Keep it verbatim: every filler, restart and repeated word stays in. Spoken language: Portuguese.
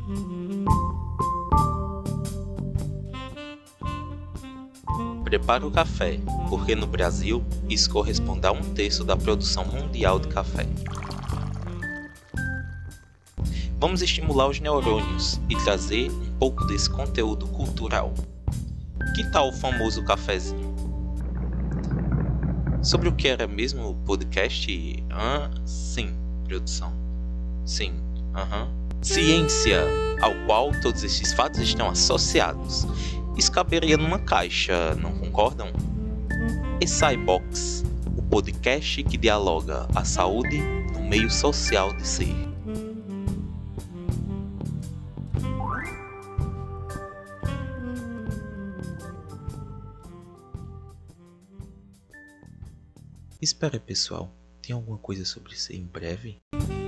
Prepare o café, porque no Brasil isso corresponde a um terço da produção mundial de café. Vamos estimular os neurônios e trazer um pouco desse conteúdo cultural. Que tal o famoso cafezinho? Sobre o que era mesmo o podcast? Ah, sim, produção. Sim, aham. Ciência, ao qual todos esses fatos estão associados. Isso caberia numa caixa, não concordam? E SciBox, o podcast que dialoga a saúde no meio social de ser. Espera, pessoal, tem alguma coisa sobre ser em breve?